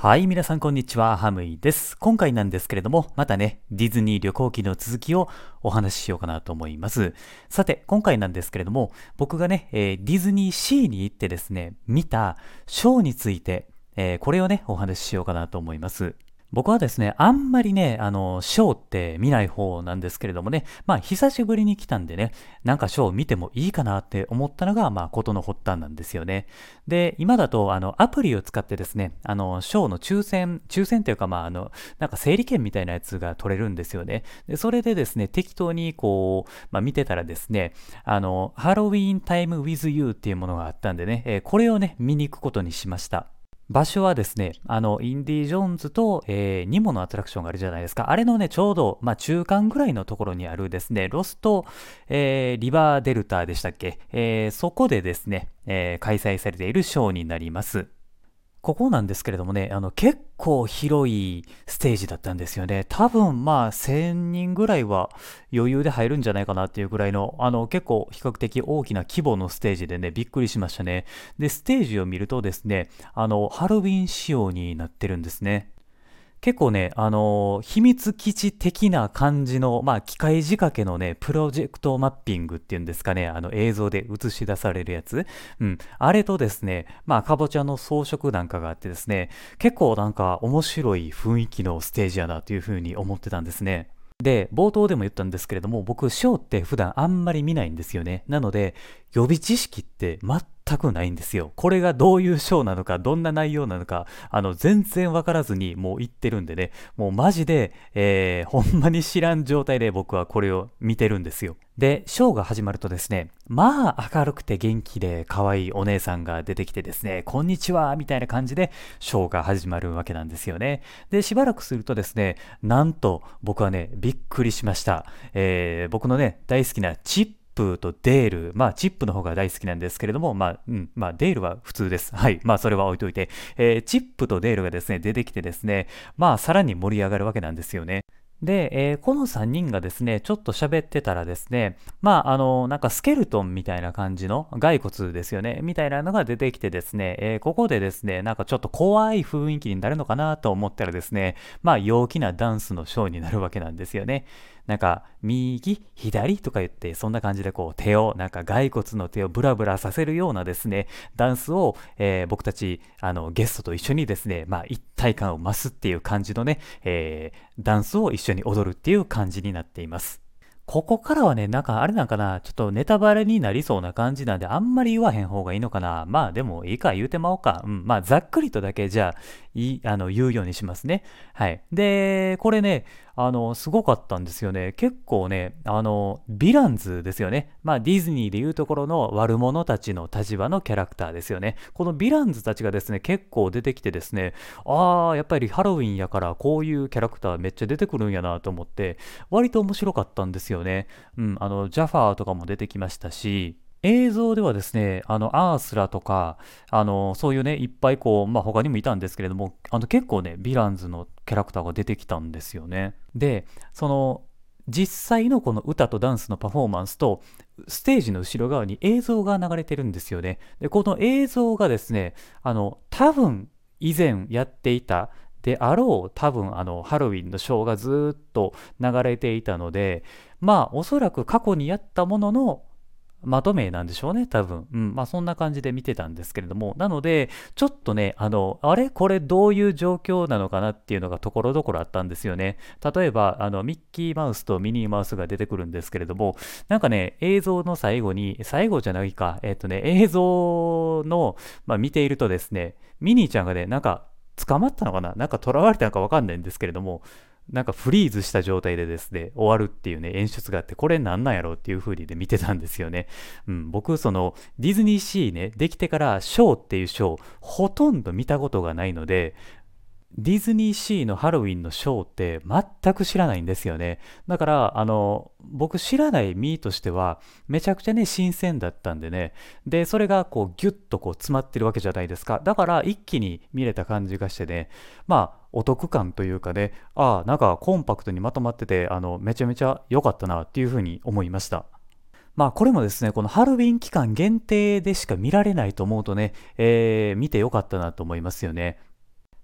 はい、皆さんこんにちは、ハムイです。今回なんですけれども、またね、ディズニー旅行記の続きをお話ししようかなと思います。さて、今回なんですけれども、僕がね、ディズニーシーに行ってですね、見たショーについて、これをね、お話ししようかなと思います。僕はですね、あんまりね、ショーって見ない方なんですけれどもね、まあ、久しぶりに来たんでね、なんかショー見てもいいかなって思ったのが、まあ、ことの発端なんですよね。で、今だと、アプリを使ってですね、ショーの抽選というか、まあ、なんか整理券みたいなやつが取れるんですよね。で、それでですね、適当にこう、まあ、見てたらですね、ハロウィーンタイム with you っていうものがあったんでね、これをね、見に行くことにしました。場所はですね、インディ・ジョーンズと、ニモのアトラクションがあるじゃないですか。あれのね、ちょうど、まあ、中間ぐらいのところにあるですね、ロスト、リバーデルタでしたっけ、そこでですね、開催されているショーになります。ここなんですけれどもね、結構広いステージだったんですよね。多分まあ1000人ぐらいは余裕で入るんじゃないかなっていうぐらいの、結構比較的大きな規模のステージでね、びっくりしましたね。で、ステージを見るとですね、ハロウィン仕様になってるんですね。結構ね、秘密基地的な感じの、まあ、機械仕掛けのね、プロジェクトマッピングっていうんですかね、映像で映し出されるやつ。うん。あれとですね、まあ、かぼちゃの装飾なんかがあってですね、結構なんか面白い雰囲気のステージやなというふうに思ってたんですね。で、冒頭でも言ったんですけれども、僕、ショーって普段あんまり見ないんですよね。なので、予備知識って全くないんですよ。これがどういうショーなのか、どんな内容なのか、全然わからずにもう行ってるんでね、もうマジで、ほんまに知らん状態で僕はこれを見てるんですよ。で、ショーが始まるとですね、まあ明るくて元気で可愛いお姉さんが出てきてですね、こんにちはみたいな感じでショーが始まるわけなんですよね。で、しばらくするとですね、なんと僕はね、びっくりしました。僕のね、大好きなチップとデール、まあ、チップの方が大好きなんですけれども、まあ、まあ、デールは普通です。はい。まあ、それは置いといて、チップとデールがですね、出てきてですね、まあ、さらに盛り上がるわけなんですよね。で、この3人がですね、ちょっと喋ってたらですね、まあ、なんかスケルトンみたいな感じの骸骨ですよね、みたいなのが出てきてですね、ここでですね、なんかちょっと怖い雰囲気になるのかなと思ったらですね、まあ、陽気なダンスのショーになるわけなんですよね。なんか、右、左とか言って、そんな感じでこう、手を、なんか骸骨の手をブラブラさせるようなですね、ダンスを、僕たち、ゲストと一緒にですね、まあ、一体感を増すっていう感じのね、ダンスを一緒に踊るっていう感じになっています。ここからはね、なんかあれなんかな、ちょっとネタバレになりそうな感じなんで、あんまり言わへん方がいいのかな。まあでもいいか言うてまおうか。うん。まあざっくりとだけじゃあ、言うようにしますね。はい。で、これね、すごかったんですよね。結構ね、ヴィランズですよね。まあディズニーでいうところの悪者たちの立場のキャラクターですよね。このヴィランズたちがですね、結構出てきてですね、ああ、やっぱりハロウィンやからこういうキャラクターめっちゃ出てくるんやなと思って、割と面白かったんですよね。うん、ジャファーとかも出てきましたし、映像ではですね、アースラとか、そういうね、いっぱいこう、まあ、他にもいたんですけれども、結構ね、ヴィランズのキャラクターが出てきたんですよね。で、その、実際のこの歌とダンスのパフォーマンスと、ステージの後ろ側に映像が流れてるんですよね。で、この映像がですね、多分、以前やっていた、であろう多分ハロウィンのショーがずーっと流れていたので、まあおそらく過去にやったもののまとめなんでしょうね、多分。うん。まあそんな感じで見てたんですけれども、なので、ちょっとね、あれこれどういう状況なのかなっていうのがところどころあったんですよね。例えば、ミッキーマウスとミニーマウスが出てくるんですけれども、なんかね、映像の最後に、最後じゃないか、映像の、まあ見ているとですね、ミニーちゃんがね、なんか捕まったのかな、なんか囚われたのかわかんないんですけれども、なんかフリーズした状態でですね、終わるっていうね、演出があって、これなんなんやろうっていう風にで見てたんですよね。うん、僕、その、ディズニーシーね、できてからショーっていうショー、ほとんど見たことがないので、ディズニーシーのハロウィンのショーって全く知らないんですよね。だから、僕知らない身としては、めちゃくちゃね、新鮮だったんでね。で、それがこう、ギュッとこう、詰まってるわけじゃないですか。だから、一気に見れた感じがしてね、まあ、お得感というかね、ああ、なんかコンパクトにまとまってて、めちゃめちゃ良かったなっていうふうに思いました。まあこれもですね、このハロウィン期間限定でしか見られないと思うとね、見てよかったなと思いますよね。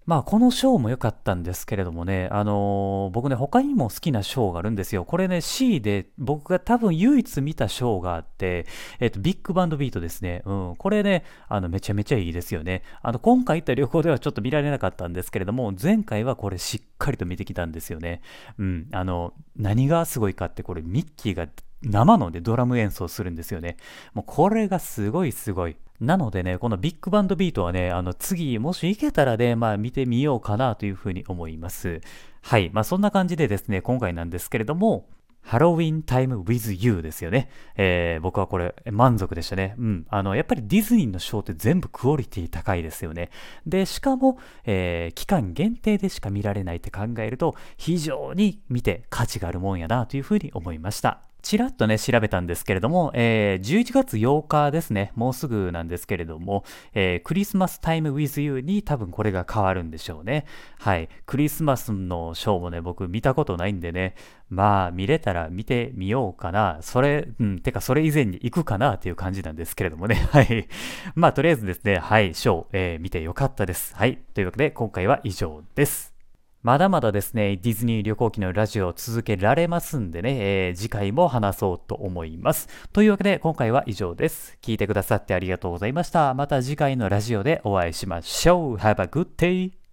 まあ、このショーも良かったんですけれどもね、僕ね、他にも好きなショーがあるんですよ。これね、C で僕が多分唯一見たショーがあって、ビッグバンドビートですね。うん、これね、めちゃめちゃいいですよね。今回行った旅行ではちょっと見られなかったんですけれども、前回はこれしっかりと見てきたんですよね。うん、何がすごいかって、これミッキーが生のでドラム演奏するんですよね。もうこれがすごいすごい。なのでね、このビッグバンドビートはね、次、もし行けたらね、まあ見てみようかなというふうに思います。はい。まあそんな感じでですね、今回なんですけれども、ハロウィンタイム with you ですよね。僕はこれ満足でしたね。うん。やっぱりディズニーのショーって全部クオリティ高いですよね。で、しかも、期間限定でしか見られないって考えると、非常に見て価値があるもんやなというふうに思いました。ちらっとね、調べたんですけれども、11月8日ですね、もうすぐなんですけれども、クリスマスタイム with you に多分これが変わるんでしょうね。はい。クリスマスのショーもね、僕見たことないんでね、まあ見れたら見てみようかな。てかそれ以前に行くかなっていう感じなんですけれどもね。はい。まあとりあえずですね、はい、ショー、見てよかったです。はい。というわけで今回は以上です。まだまだですね、ディズニー旅行記のラジオを続けられますんでね、次回も話そうと思います。というわけで今回は以上です。聞いてくださってありがとうございました。また次回のラジオでお会いしましょう。Have a good day!